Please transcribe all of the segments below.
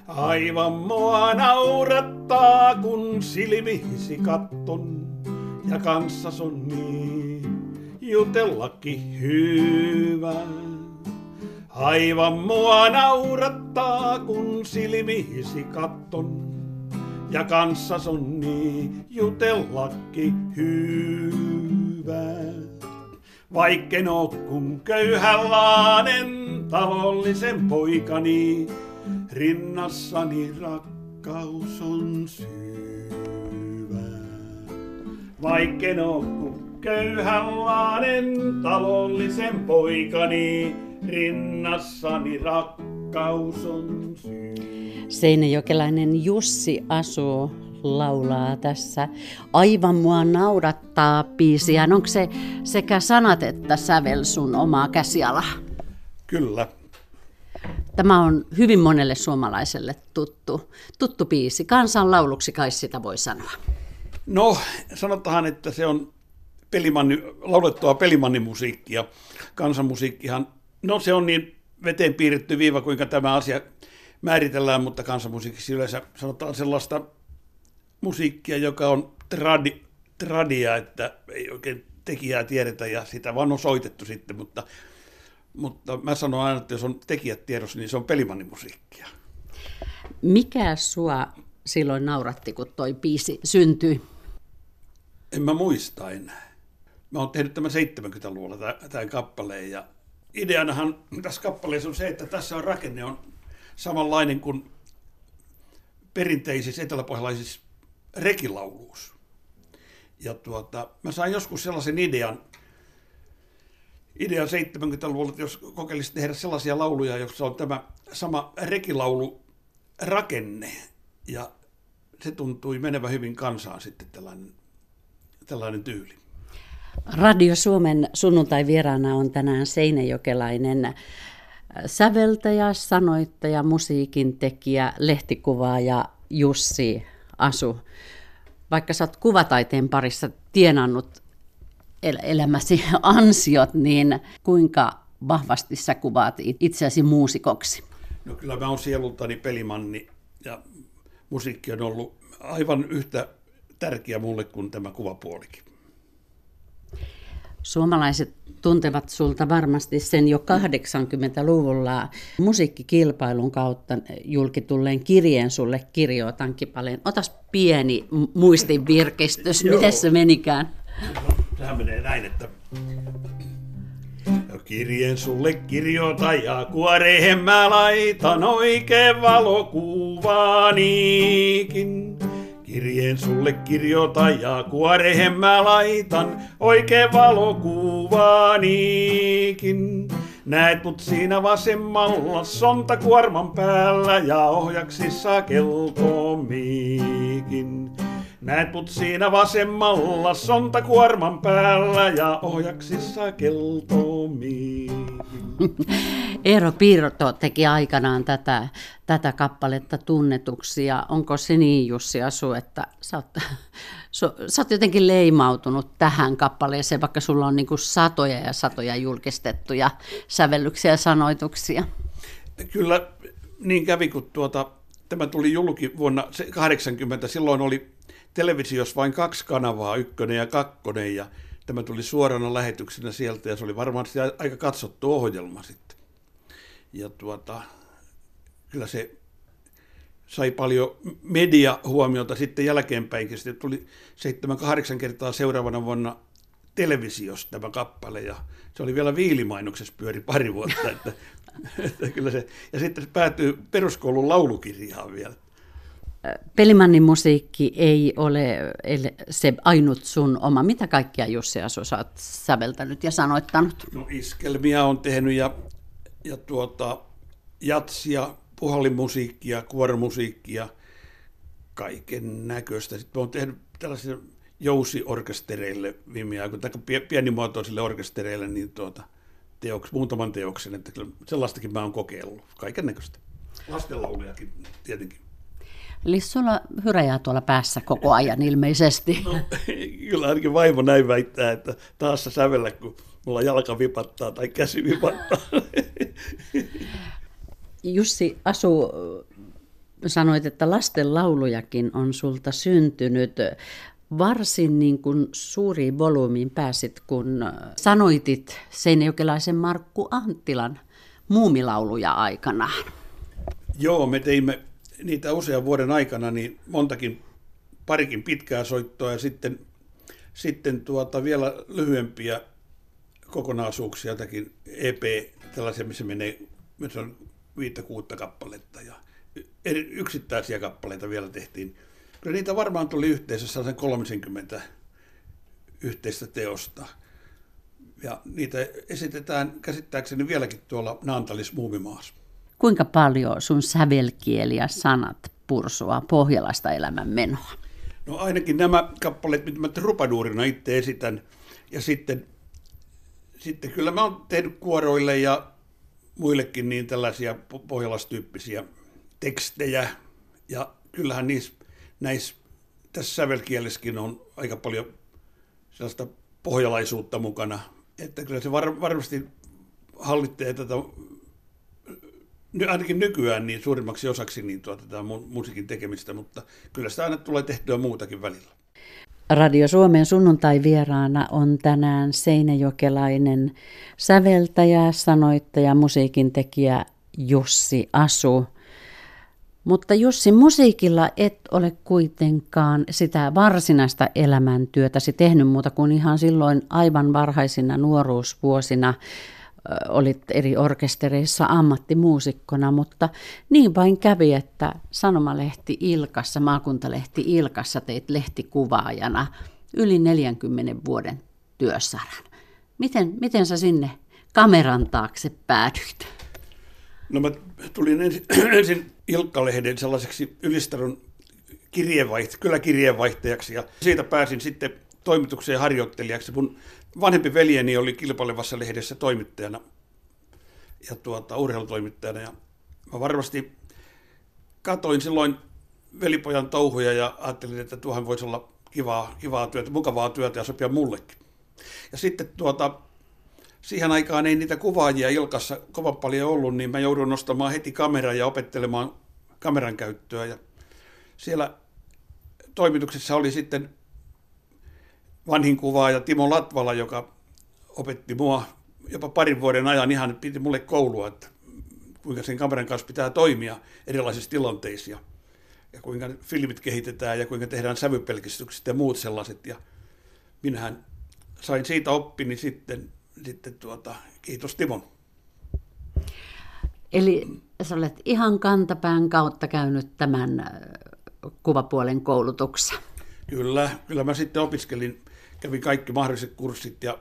Aivan mua naurattaa, kun silmihisi katton ja kanssas on niin jutellakin hyvä. Aivan mua naurattaa, kun silmihisi katton ja kanssas on niin jutellakin hyvä. Vaikken oo kun köyhänlainen tavallisen poikani, rinnassani rakkaus on syvä. Vaikken oo kun köyhänlainen tavallisen poikani, rinnassani rakkaus on syvä. Seinäjokelainen Jussi asuu laulaa tässä Aivan mua naurattaa -biisiä. Onko se sekä sanat että sävel sun omaa käsialaa? Kyllä. Tämä on hyvin monelle suomalaiselle tuttu biisi. Kansanlauluksi kai sitä voi sanoa. No, sanotaan, että se on laulettua pelimannimusiikkia. Kansanmusiikkihan, no se on niin veteen piirretty viiva, kuinka tämä asia määritellään, mutta kansanmusiikiksi yleensä sanotaan sellaista musiikkia, joka on tradia, että ei oikein tekijää tiedetä ja sitä vaan on soitettu sitten, mutta mä sanon aina, että jos on tekijät tiedossa, niin se on pelimannimusiikkia. Mikä sua silloin nauratti, kun toi biisi syntyi? En mä muista enää. Mä oon tehnyt tämän 70-luvulla tämän kappaleen ja ideanahan tässä kappaleessa on se, että tässä on rakenne on samanlainen kuin perinteisissä eteläpohjalaisissa rekilauluissa. Ja mä sain joskus sellaisen idean 70-luvulla, että jos kokeilisit tehdä sellaisia lauluja, joissa on tämä sama rekilaulu rakenne, ja se tuntui menevän hyvin kansaan sitten tällainen tyyli. Radio Suomen sunnuntai-vieraana on tänään seinäjokelainen säveltäjä, sanoittaja, musiikintekijä, lehtikuvaaja Jussi Asu. Vaikka sä oot kuvataiteen parissa tienannut elämäsi ansiot, niin kuinka vahvasti sä kuvaat itseäsi muusikoksi? No kyllä mä oon sielultani pelimanni ja musiikki on ollut aivan yhtä tärkeä mulle kuin tämä kuvapuolikin. Suomalaiset tuntevat sulta varmasti sen jo 80-luvulla musiikkikilpailun kautta julkitulleen kirjeen Sulle kirjoitan -kippaleen. Otas pieni muistinvirkistys, miten se menikään? Sehän menee näin, että kirjeen sulle kirjoitan ja kuoreen mä laitan oikein valokuvaanikin. Kirjeen sulle kirjoitan ja kuoreen mä laitan oikein valokuvaanikin. Näet mut siinä vasemmalla sontakuorman päällä ja ohjaksissa keltomiikin. Näet mut siinä vasemmalla sontakuorman päällä ja ohjaksissa keltomiikin. Eero Pirto teki aikanaan tätä kappaletta tunnetuksi, ja onko se niin, Jussi Asu, että sä oot jotenkin leimautunut tähän kappaleeseen, vaikka sulla on niin kuin satoja ja satoja julkistettuja sävellyksiä ja sanoituksia? Kyllä niin kävi, kun tämä tuli julki vuonna 1980, silloin oli televisiossa vain 2 kanavaa, 1 ja 2, ja tämä tuli suorana lähetyksenä sieltä, ja se oli varmaan aika katsottu ohjelma sitten. Ja kyllä se sai paljon mediahuomiota sitten jälkeenpäinkin. Sitten tuli 7-8 kertaa seuraavana vuonna televisiossa tämä kappale, ja se oli vielä viilimainoksessa pyöri pari vuotta. että kyllä se, ja sitten se päätyy peruskoulun laulukirjaan vielä. Pelimannin musiikki ei ole se ainut sun oma. Mitä kaikkia, Jussi Asu, sä oot säveltänyt ja sanoittanut? No iskelmiä on tehnyt ja jatsia, puhallimusiikkia, kuoromusiikkia, kaiken näköistä. Sitten olen tehnyt tällaisille jousiorkestereille viime aikoina, tai pienimuotoisille orkestereille niin muutaman teoksen, että sellaistakin mä oon kokeillut, kaiken näköistä. Lastenlaulujakin tietenkin. Eli sulla hyräjää tuolla päässä koko ajan ilmeisesti. No, kyllä ainakin vaimo näin väittää, että taas sä sävellä, kun mulla jalka vipattaa tai käsi vipattaa. Jussi Asu, sanoit, että lasten laulujakin on sulta syntynyt. Varsin niin kuin suuriin volyymiin pääsit, kun sanoitit seinäjokelaisen Markku Anttilan muumilauluja aikanaan. Joo, me teimme niitä usean vuoden aikana niin parikin pitkää soittoa ja sitten vielä lyhyempiä kokonaisuuksia, jotakin EP, tällaisia, missä menee, se on 5-6 kappaletta ja yksittäisiä kappaleita vielä tehtiin. Kyllä niitä varmaan tuli yhteensä 30 yhteistä teosta. Ja niitä esitetään käsittääkseni vieläkin tuolla Naantalis Muumimaassa. Kuinka paljon sun sävelkieli ja sanat pursua pohjalaista elämänmenoa? No ainakin nämä kappaleet, mitä mä trupaduurina itse esitän. Ja sitten kyllä mä oon tehnyt kuoroille ja muillekin niin tällaisia pohjalastyyppisiä tekstejä. Ja kyllähän tässä sävelkielessäkin on aika paljon sellaista pohjalaisuutta mukana. Että kyllä se varmasti hallitsee tätä, ainakin nykyään niin suurimmaksi osaksi niin tätä musiikin tekemistä, mutta kyllä sitä aina tulee tehtyä muutakin välillä. Radio Suomen sunnuntai-vieraana on tänään seinäjokelainen säveltäjä, sanoittaja, musiikintekijä Jussi Asu. Mutta Jussi, musiikilla et ole kuitenkaan sitä varsinaista elämäntyötäsi tehnyt muuta kuin ihan silloin aivan varhaisina nuoruusvuosina. Olit eri orkestereissa ammattimuusikkona, mutta niin vain kävi, että sanomalehti Ilkassa, maakuntalehti Ilkassa teit lehtikuvaajana yli 40 vuoden työsaran. Miten sä sinne kameran taakse päädyit? No mä tulin ensin Ilkka-lehden sellaiseksi Ylistaron kyläkirjeenvaihtajaksi ja siitä pääsin sitten toimitukseen harjoittelijaksi. Mun vanhempi veljeni oli kilpailevassa lehdessä toimittajana ja urheilutoimittajana ja mä varmasti katoin silloin velipojan touhuja ja ajattelin, että tuohan voisi olla kivaa työtä, mukavaa työtä ja sopia mullekin. Ja sitten siihen aikaan ei niitä kuvaajia Ilkassa kovin paljon ollut, niin mä joudun nostamaan heti kameran ja opettelemaan kameran käyttöä. Ja siellä toimituksessa oli sitten vanhin kuvaaja Timo Latvala, joka opetti mua jopa parin vuoden ajan ihan, piti mulle koulua, että kuinka sen kameran kanssa pitää toimia erilaisissa tilanteissa ja kuinka filmit kehitetään ja kuinka tehdään sävypelkistykset ja muut sellaiset. Ja minähän sain siitä oppini sitten kiitos Timon. Eli sä olet ihan kantapään kautta käynyt tämän kuvapuolen koulutuksen. Kyllä mä sitten kävin kaikki mahdolliset kurssit ja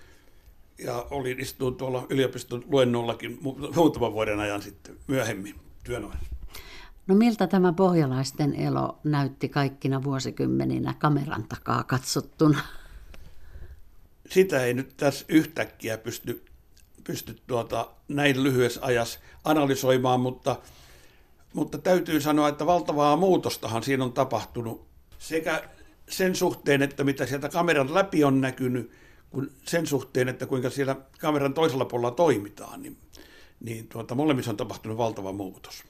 istuin tuolla yliopiston luennollakin muutaman vuoden ajan sitten myöhemmin työnohjassa. No miltä tämä pohjalaisten elo näytti kaikkina vuosikymmeninä kameran takaa katsottuna? Sitä ei nyt tässä yhtäkkiä pysty näin lyhyessä ajassa analysoimaan, mutta täytyy sanoa, että valtavaa muutostahan siinä on tapahtunut sekä sen suhteen, että mitä sieltä kameran läpi on näkynyt, kuin sen suhteen, että kuinka siellä kameran toisella puolella toimitaan, niin molemmissa on tapahtunut valtava muutos.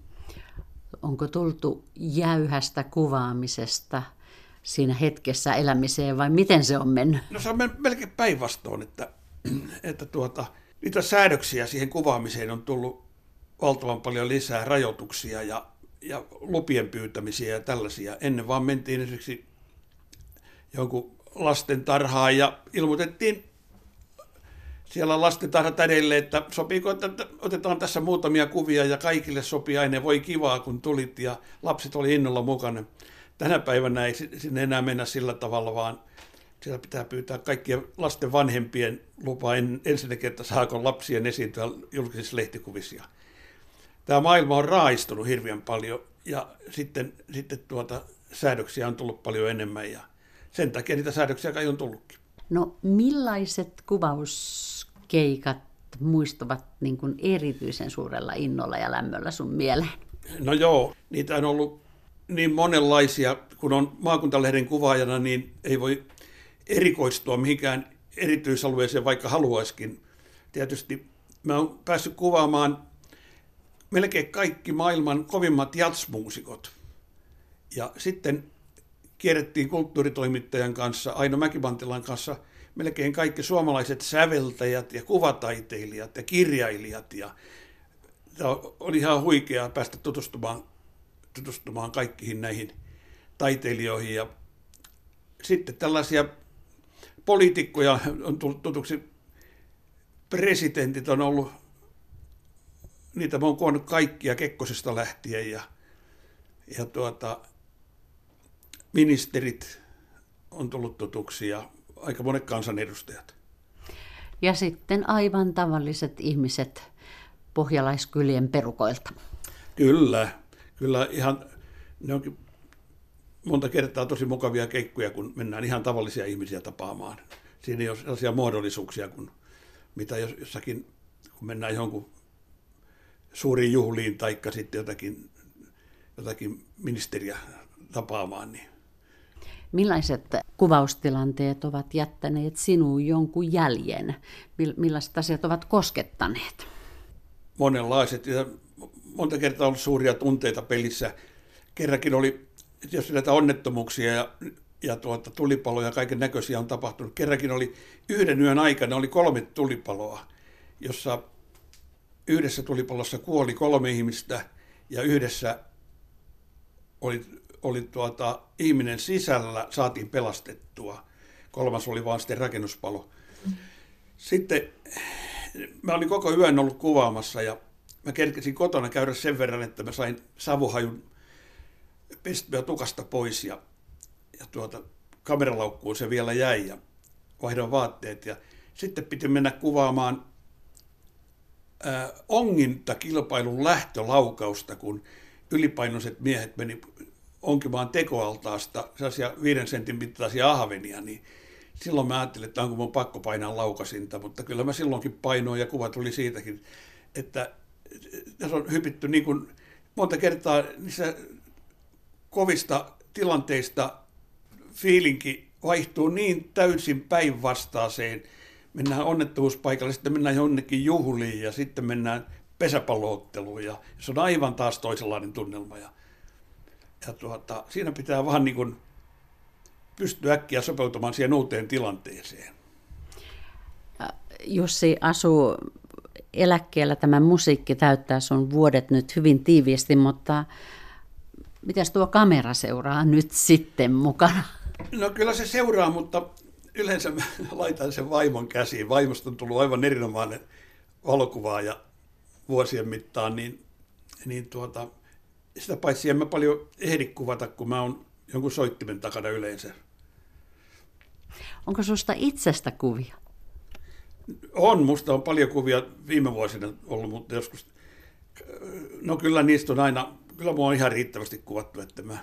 Onko tultu jäyhästä kuvaamisesta siinä hetkessä elämiseen vai miten se on mennyt? No se on melkein päinvastoin, että niitä säädöksiä siihen kuvaamiseen on tullut valtavan paljon lisää rajoituksia ja lupien pyytämisiä ja tällaisia. Ennen vaan mentiin esimerkiksi jonkun lastentarhaan ja ilmoitettiin siellä lastentarhatädeille, että sopiiko, että otetaan tässä muutamia kuvia ja kaikille sopii aina, voi kivaa kun tulit ja lapset oli innolla mukana. Tänä päivänä ei sinne enää mennä sillä tavalla, vaan siellä pitää pyytää kaikkien lasten vanhempien lupaa ensinnäkin, että saako lapsien esiintyä julkisissa lehtikuvissa. Tämä maailma on raaistunut hirveän paljon ja sitten säädöksiä on tullut paljon enemmän ja sen takia niitä säädöksiä kai on tullutkin. No millaiset kuvauskeikat muistuvat niin kuin erityisen suurella innolla ja lämmöllä sun mieleen? No joo, niitä on ollut niin monenlaisia. Kun on maakuntalehden kuvaajana, niin ei voi erikoistua mihinkään erityisalueeseen, vaikka haluaisikin. Tietysti mä oon päässyt kuvaamaan melkein kaikki maailman kovimmat jazzmuusikot. Ja sitten kierrettiin kulttuuritoimittajan kanssa, Aino Mäkimantilan kanssa, melkein kaikki suomalaiset säveltäjät ja kuvataiteilijat ja kirjailijat. Ja oli ihan huikeaa päästä tutustumaan kaikkiin näihin taiteilijoihin. Ja sitten tällaisia poliitikkoja on tullut tutuksi. Presidentit on ollut, niitä mä oon koonnut kaikkia Kekkosesta lähtien ja ministerit on tullut tutuksi ja aika monet kansanedustajat. Ja sitten aivan tavalliset ihmiset pohjalaiskylien perukoilta. Kyllä ihan, ne onkin monta kertaa tosi mukavia keikkoja, kun mennään ihan tavallisia ihmisiä tapaamaan. Siinä ei ole sellaisia muodollisuuksia kuin mitä jossakin, kun mennään johonkin suuriin juhliin tai sitten jotakin ministeriä tapaamaan. Niin. Millaiset kuvaustilanteet ovat jättäneet sinuun jonkun jäljen? Millaiset asiat ovat koskettaneet? Monenlaiset. Ja monta kertaa on ollut suuria tunteita pelissä. Kerrankin oli, jos näitä onnettomuuksia ja tulipaloja ja kaiken näköisiä on tapahtunut. Kerrankin oli yhden yön aikana oli 3 tulipaloa, jossa yhdessä tulipalossa kuoli 3 ihmistä ja yhdessä oli ihminen sisällä, saatiin pelastettua. 3 oli vaan sitten rakennuspalo. Sitten mä olin koko yön ollut kuvaamassa ja mä kerkesin kotona käydä sen verran, että mä sain savuhajun pestyä tukasta pois ja kameralaukkuun se vielä jäi ja vaihdoin vaatteet. Ja sitten piti mennä kuvaamaan ongintakilpailun lähtölaukausta, kun ylipainoiset miehet meni onkimaan tekoaltaasta sellaisia 5 sentin mittaisia ahvenia, niin silloin mä ajattelin, että onko mun pakko painaa laukasinta, mutta kyllä mä silloinkin painoin ja kuva tuli siitäkin, että tässä on hypitty niin kuin monta kertaa niissä kovista tilanteista fiilinki vaihtuu niin täysin päinvastaaseen. Mennään onnettomuuspaikalle, sitten mennään jonnekin juhliin ja sitten mennään pesäpallootteluun ja se on aivan taas toisenlainen tunnelma. Ja siinä pitää vaan niin kuin pystyä äkkiä sopeutumaan siihen uuteen tilanteeseen. Jussi asuu eläkkeellä, tämä musiikki täyttää sun vuodet nyt hyvin tiiviisti, mutta mitäs tuo kamera seuraa nyt sitten mukana? No kyllä se seuraa, mutta yleensä mä laitan sen vaimon käsiin. Vaimosta on tullut aivan erinomainen valokuvaaja vuosien mittaan, niin sitä paitsi en mä paljon ehdi kuvata, kun mä oon jonkun soittimen takana yleensä. Onko susta itsestä kuvia? Musta on paljon kuvia viime vuosina ollut, mutta joskus, no kyllä niistä on aina, kyllä mua on ihan riittävästi kuvattu, että mä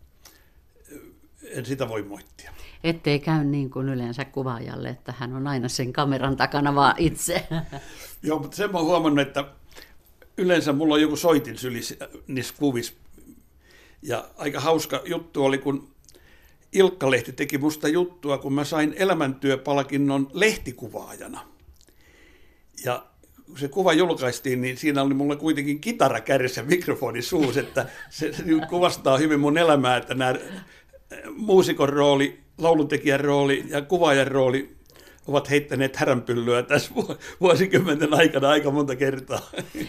en sitä voi moittia. Ettei käy niin kuin yleensä kuvaajalle, että hän on aina sen kameran takana vaan itse. Joo, mutta sen mä oon huomannut, että yleensä mulla on joku soitin sylissä niissä kuvissa. Ja aika hauska juttu oli, kun Ilkka-lehti teki musta juttua, kun mä sain elämäntyöpalkinnon lehtikuvaajana. Ja kun se kuva julkaistiin, niin siinä oli mulla kuitenkin kitara kärjessä mikrofoni suus, että se kuvastaa hyvin mun elämää, että nämä muusikon rooli, lauluntekijän rooli ja kuvaajan rooli ovat heittäneet häränpyllyä tässä vuosikymmenten aikana aika monta kertaa.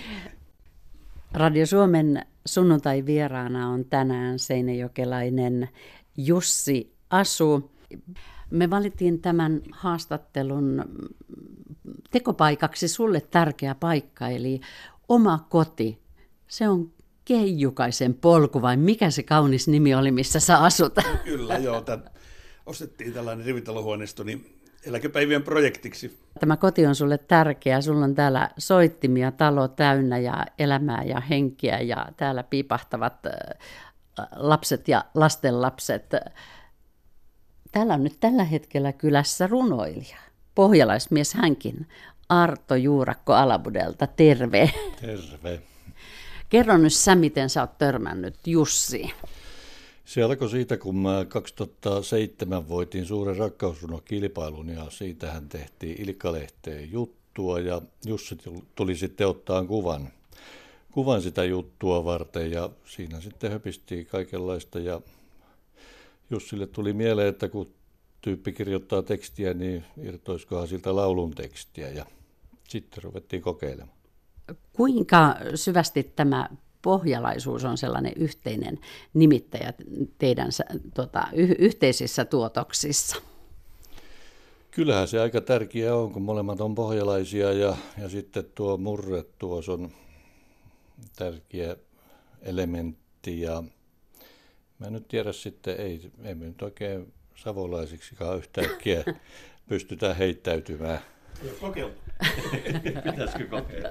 Radio Suomen sunnuntai vieraana on tänään seinäjokelainen Jussi Asu. Me valittiin tämän haastattelun tekopaikaksi sulle tärkeä paikka, eli oma koti. Se on Keijukaisen polku, vai mikä se kaunis nimi oli, missä sä asut? Kyllä, joo. Ostettiin tällainen rivitalohuoneisto niin eläkepäivien projektiksi. Tämä koti on sulle tärkeä. Sulla on täällä soittimia, talo täynnä ja elämää ja henkiä ja täällä piipahtavat lapset ja lastenlapset. Täällä on nyt tällä hetkellä kylässä runoilija. Pohjalaismies hänkin. Arto Juurakko Alabudelta, terve. Terve. Kerro nyt sä, miten sä oot törmännyt Jussiin. Se alkoi siitä, kun mä 2007 voitin suuren rakkausrunokilpailun ja siitähän tehtiin Ilkka-lehteen juttua ja Jussi tuli sitten ottaa kuvan. kuvan sitä juttua varten ja siinä sitten höpistiin kaikenlaista ja Jussille tuli mieleen, että kun tyyppi kirjoittaa tekstiä, niin irtoisikohan siltä laulun tekstiä ja sitten ruvettiin kokeilemaan. Kuinka syvästi tämä pohjalaisuus on sellainen yhteinen nimittäjä teidän yhteisissä tuotoksissa? Kyllähän se aika tärkeää on, kun molemmat on pohjalaisia ja sitten tuo murre tuossa on tärkeä elementti ja mä en nyt tiedä sitten, ei me nyt oikein savolaisiksikaan yhtäkkiä pystytään heittäytymään. Kokeiltu. Pitäisikö kokeilla?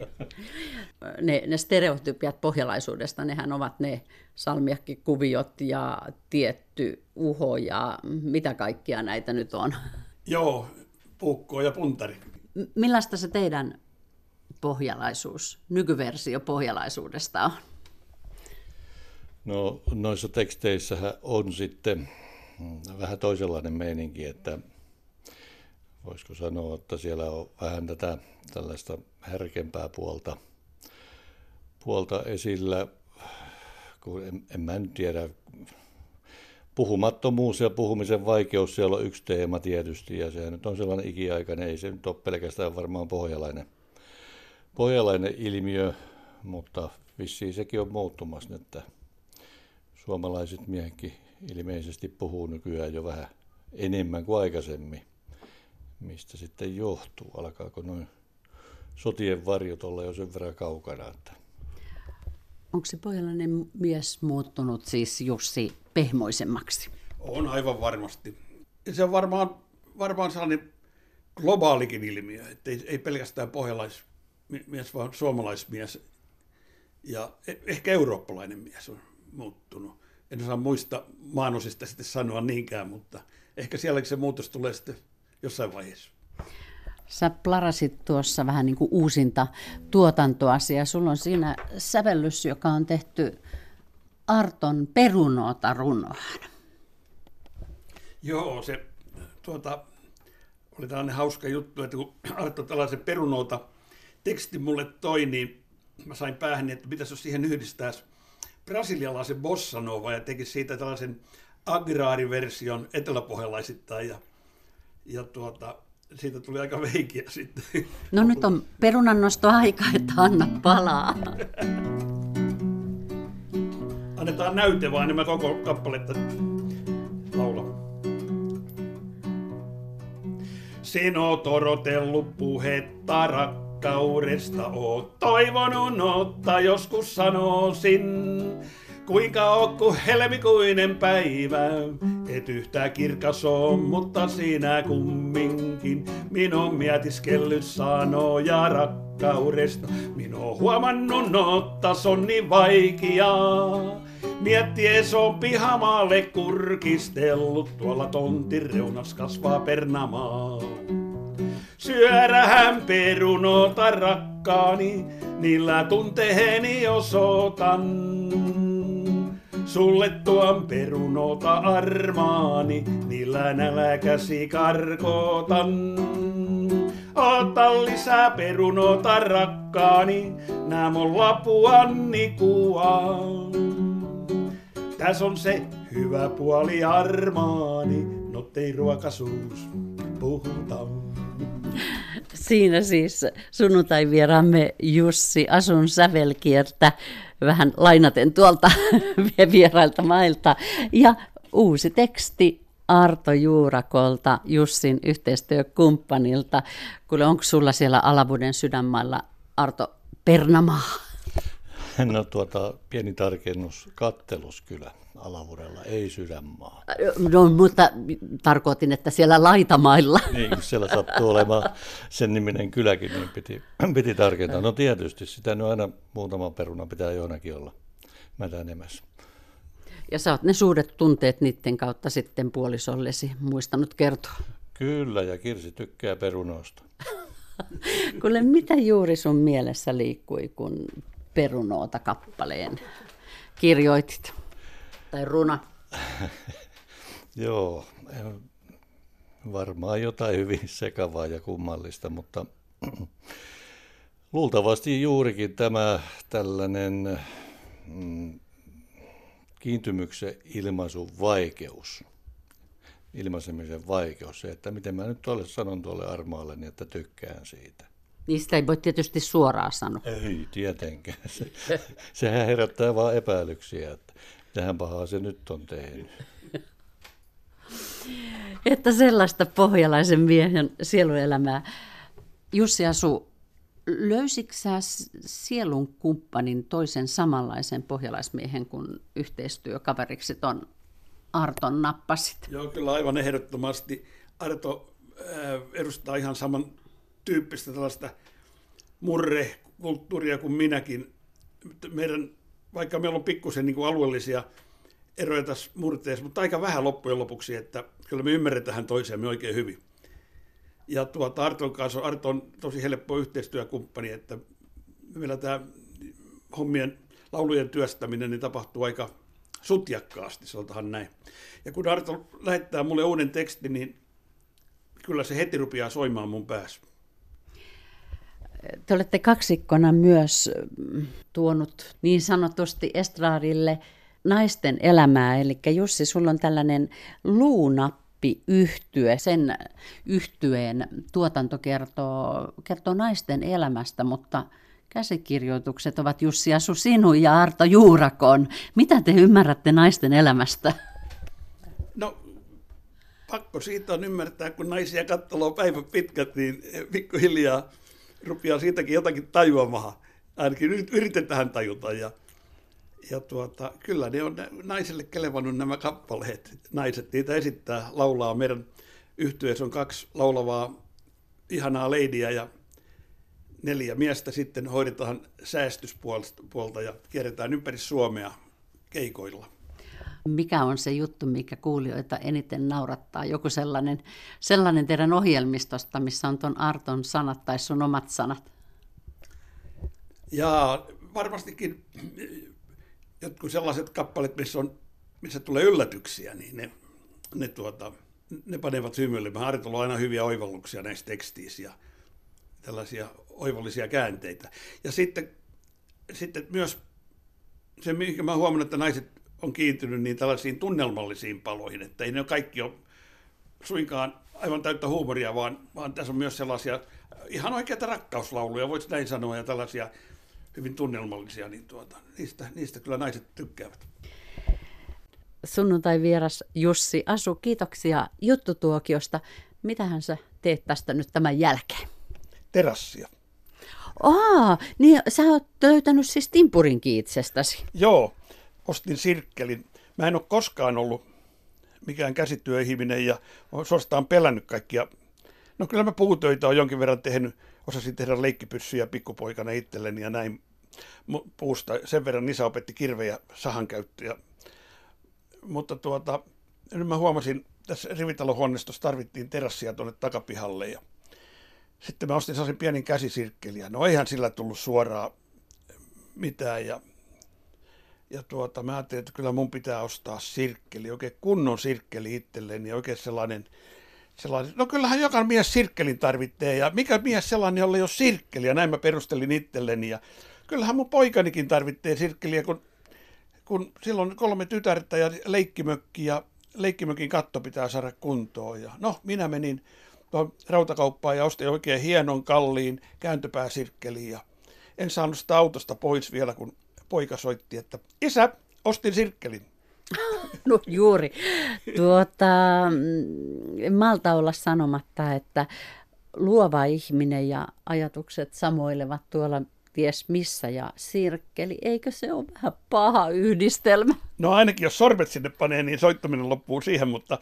Ne stereotypiat pohjalaisuudesta, nehän ovat ne salmiakkikuviot ja tietty uho ja mitä kaikkia näitä nyt on. Joo, puukko ja puntari. Millaista se teidän pohjalaisuus, nykyversio pohjalaisuudesta on? No noissa teksteissähän on sitten vähän toisenlainen meininki, että voisiko sanoa, että siellä on vähän tätä tällaista herkempää puolta esillä, kun en mä nyt tiedä. Puhumattomuus ja puhumisen vaikeus, siellä on yksi teema tietysti, ja sehän nyt on sellainen ikiaikainen, ei se nyt ole pelkästään varmaan pohjalainen ilmiö, mutta vissiin sekin on muuttumassa, että suomalaiset miehetkin ilmeisesti puhuu nykyään jo vähän enemmän kuin aikaisemmin. Mistä sitten johtuu? Alkaako noin sotien varjot olla jo sen verran kaukana? Että... Onko se pohjalainen mies muuttunut siis Jussi pehmoisemmaksi? On aivan varmasti. Se on varmaan sellainen globaalikin ilmiö, että ei pelkästään pohjalaismies, vaan suomalaismies ja ehkä eurooppalainen mies on muuttunut. En osaa muista maanosista sitten sanoa niinkään, mutta ehkä sielläkin se muutos tulee sitten jossain vaiheessa. Sä plarasit tuossa vähän niin kuin uusinta tuotantoasia. Sulla on siinä sävellys, joka on tehty Arton Perunoota runoon. Joo, se oli tällainen hauska juttu, että kun Arto tällaisen Perunoota teksti mulle toi, niin mä sain päähän, että pitäisi jos siihen yhdistäisi brasilialaisen bossa nova ja teki siitä tällaisen agraariversion eteläpohjalaisittain ja siitä tuli aika veikiä sitten. No nyt on perunannostoaika, että anna palaa. Annetaan näyte vaan, niin mä koko kappaletta laulan. Sen oot odotellut puhetta rakkaudesta, oot toivonut ottaa joskus sanoisin. Kuinka oot ku helmikuinen päivä, et yhtä kirkas on, mutta sinä kumminkin. Minun mietiskellyt sanoja rakkaudesta, minun huomannut ottas on niin vaikeaa. Mietties on pihamaalle kurkistellut, tuolla tontin reunas kasvaa pernamaa. Syödähän perunota rakkaani, niillä tunteeni osoitan. Sulle tuon perunota armaani, niillä nälkäsi karkotan. Ota lisää perunota rakkaani, nää mun lapuanni kuvaan. Täs on se hyvä puoli armaani, nottei ruokasuus puhuta. Siinä siis sunnuntai-vieraamme Jussi Asun sävelkiertä, vähän lainaten tuolta vierailta mailta. Ja uusi teksti Arto Juurakolta, Jussin yhteistyökumppanilta. Kuule, onko sulla siellä Alavuden sydänmailla, Arto, Pernamaa? No pieni tarkennus, kattelus kyllä Alavudella, ei sydänmaa. No, mutta tarkoitin, että siellä laitamailla. Niin, kun siellä sattuu olemaan sen niminen kyläkin, niin piti tarkentaa. No tietysti, sitä nyt aina muutama peruna pitää johonkin olla mätänemässä. Ja sä oot ne suuret tunteet niiden kautta sitten puolisollesi muistanut kertoa. Kyllä, ja Kirsi tykkää perunoista. Kuule, mitä juuri sun mielessä liikkui, kun Perunoota kappaleen kirjoitit? Tai runa? Joo, varmaan jotain hyvin sekavaa ja kummallista, mutta Luultavasti juurikin tämä tällainen kiintymyksen ilmaisun vaikeus, ilmaisemisen vaikeus, se, että miten mä nyt sanon tuolle Armaalle, niin että tykkään siitä. Niistä ei voi tietysti suoraan sanoa. Ei tietenkään. Sehän herättää vaan epäilyksiä, että tähän pahaa se nyt on tehnyt. Että sellaista pohjalaisen miehen sieluelämää. Jussi Asu, löysitkö sä sielun kumppanin toisen samanlaisen pohjalaismiehen kuin yhteistyökaveriksi ton Arton nappasit? Joo, kyllä aivan ehdottomasti. Arto edustaa ihan saman tyyppistä tällaista murrekulttuuria kuin minäkin. Vaikka meillä on pikkusen niin kuin alueellisia eroja tässä murteessa, mutta aika vähän loppujen lopuksi, että kyllä me ymmärretään toisiamme oikein hyvin. Ja Arton kanssa Arto on tosi helppo yhteistyökumppani, että meillä tämä laulujen työstäminen niin tapahtuu aika sutjakkaasti, sanotaan näin. Ja kun Arto lähettää mulle uuden tekstin, niin kyllä se heti rupeaa soimaan mun päässä. Te olette kaksikkona myös tuonut niin sanotusti estraadille naisten elämää, eli Jussi, sulla on tällainen luunappiyhtye. Sen yhtyeen tuotanto kertoo naisten elämästä, mutta käsikirjoitukset ovat Jussi Asu sinun ja Arto Juurakon. Mitä te ymmärrätte naisten elämästä? No, pakko siitä on ymmärtää, kun naisia katteloo päivän pitkät, niin pikkuhiljaa rupeaa siitäkin jotakin tajuamaan. Ainakin yritetään tajuta. Ja kyllä ne on naisille kelevannut nämä kappaleet. Naiset niitä esittää, laulaa. Meidän yhtyeessä on 2 laulavaa, ihanaa leidiä ja 4 miestä sitten hoidetaan säästyspuolta ja kierretään ympäri Suomea keikoilla. Mikä on se juttu, mikä kuulijoita eniten naurattaa? Joku sellainen teidän ohjelmistosta, missä on ton Arton sanat tai sun omat sanat? Ja varmastikin jotkut sellaiset kappaleet, missä tulee yllätyksiä, niin ne panevat hymyilemään. Artolla on aina hyviä oivalluksia näissä teksteissä ja tällaisia oivallisia käänteitä. Ja sitten myös se, mikä mä huomannut, että naiset on kiintynyt niin tällaisiin tunnelmallisiin paloihin, että ei ne kaikki ole suinkaan aivan täyttä huumoria, vaan tässä on myös sellaisia ihan oikeita rakkauslauluja, voisi näin sanoa, ja tällaisia hyvin tunnelmallisia, niin niistä kyllä naiset tykkäävät. Sunnuntai vieras Jussi Asu, kiitoksia juttutuokiosta. Mitähän sä teet tästä nyt tämän jälkeen? Terassia. Niin sä oot löytänyt siis timpurinkin itsestäsi. Joo, ostin sirkkelin. Mä en ole koskaan ollut mikään käsityöihminen ja olen suorastaan pelännyt kaikkia. No kyllä mä puutöitä olen jonkin verran tehnyt. Osasin tehdä leikkipyssyjä pikkupoikana itselleni ja näin puusta. Sen verran isä opetti kirve- ja sahan käyttöä. Mutta nyt mä huomasin, tässä rivitalohuoneistossa tarvittiin terassia tuonne takapihalle ja sitten mä ostin sellaisen pienen käsisirkkeliä. No eihän sillä tullut suoraan mitään ja mä ajattelin, että kyllä mun pitää ostaa sirkkeli, oikein kunnon sirkkeli itselleni ja oikein sellainen, no kyllähän joka mies sirkkelin tarvitsee ja mikä mies sellainen, jolla ei ole sirkkeliä, näin mä perustelin itselleni ja kyllähän mun poikanikin tarvitsee sirkkeliä, kun silloin on 3 tytärtä ja leikkimökki ja leikkimökin katto pitää saada kuntoon ja no minä menin tuohon rautakauppaan ja ostin oikein hienon kalliin kääntöpääsirkkeliin ja en saanut sitä autosta pois vielä, kun poika soitti, että isä, ostin sirkkelin. No juuri. Malta olla sanomatta, että luova ihminen ja ajatukset samoilevat tuolla ties missä ja sirkkeli, eikö se ole vähän paha yhdistelmä? No ainakin jos sormet sinne panee, niin soittaminen loppuu siihen, mutta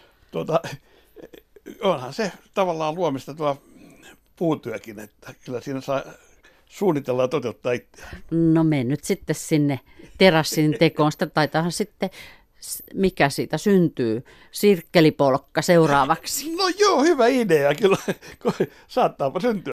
onhan se tavallaan luomista tuo puutyökin, että kyllä siinä saa suunnitella ja toteuttaa itseään. No me nyt sitten sinne terassin tekoon. Sitä taitahan sitten, mikä siitä syntyy, sirkkelipolkka seuraavaksi. No joo, hyvä idea. Kyllä saattaapa syntyä.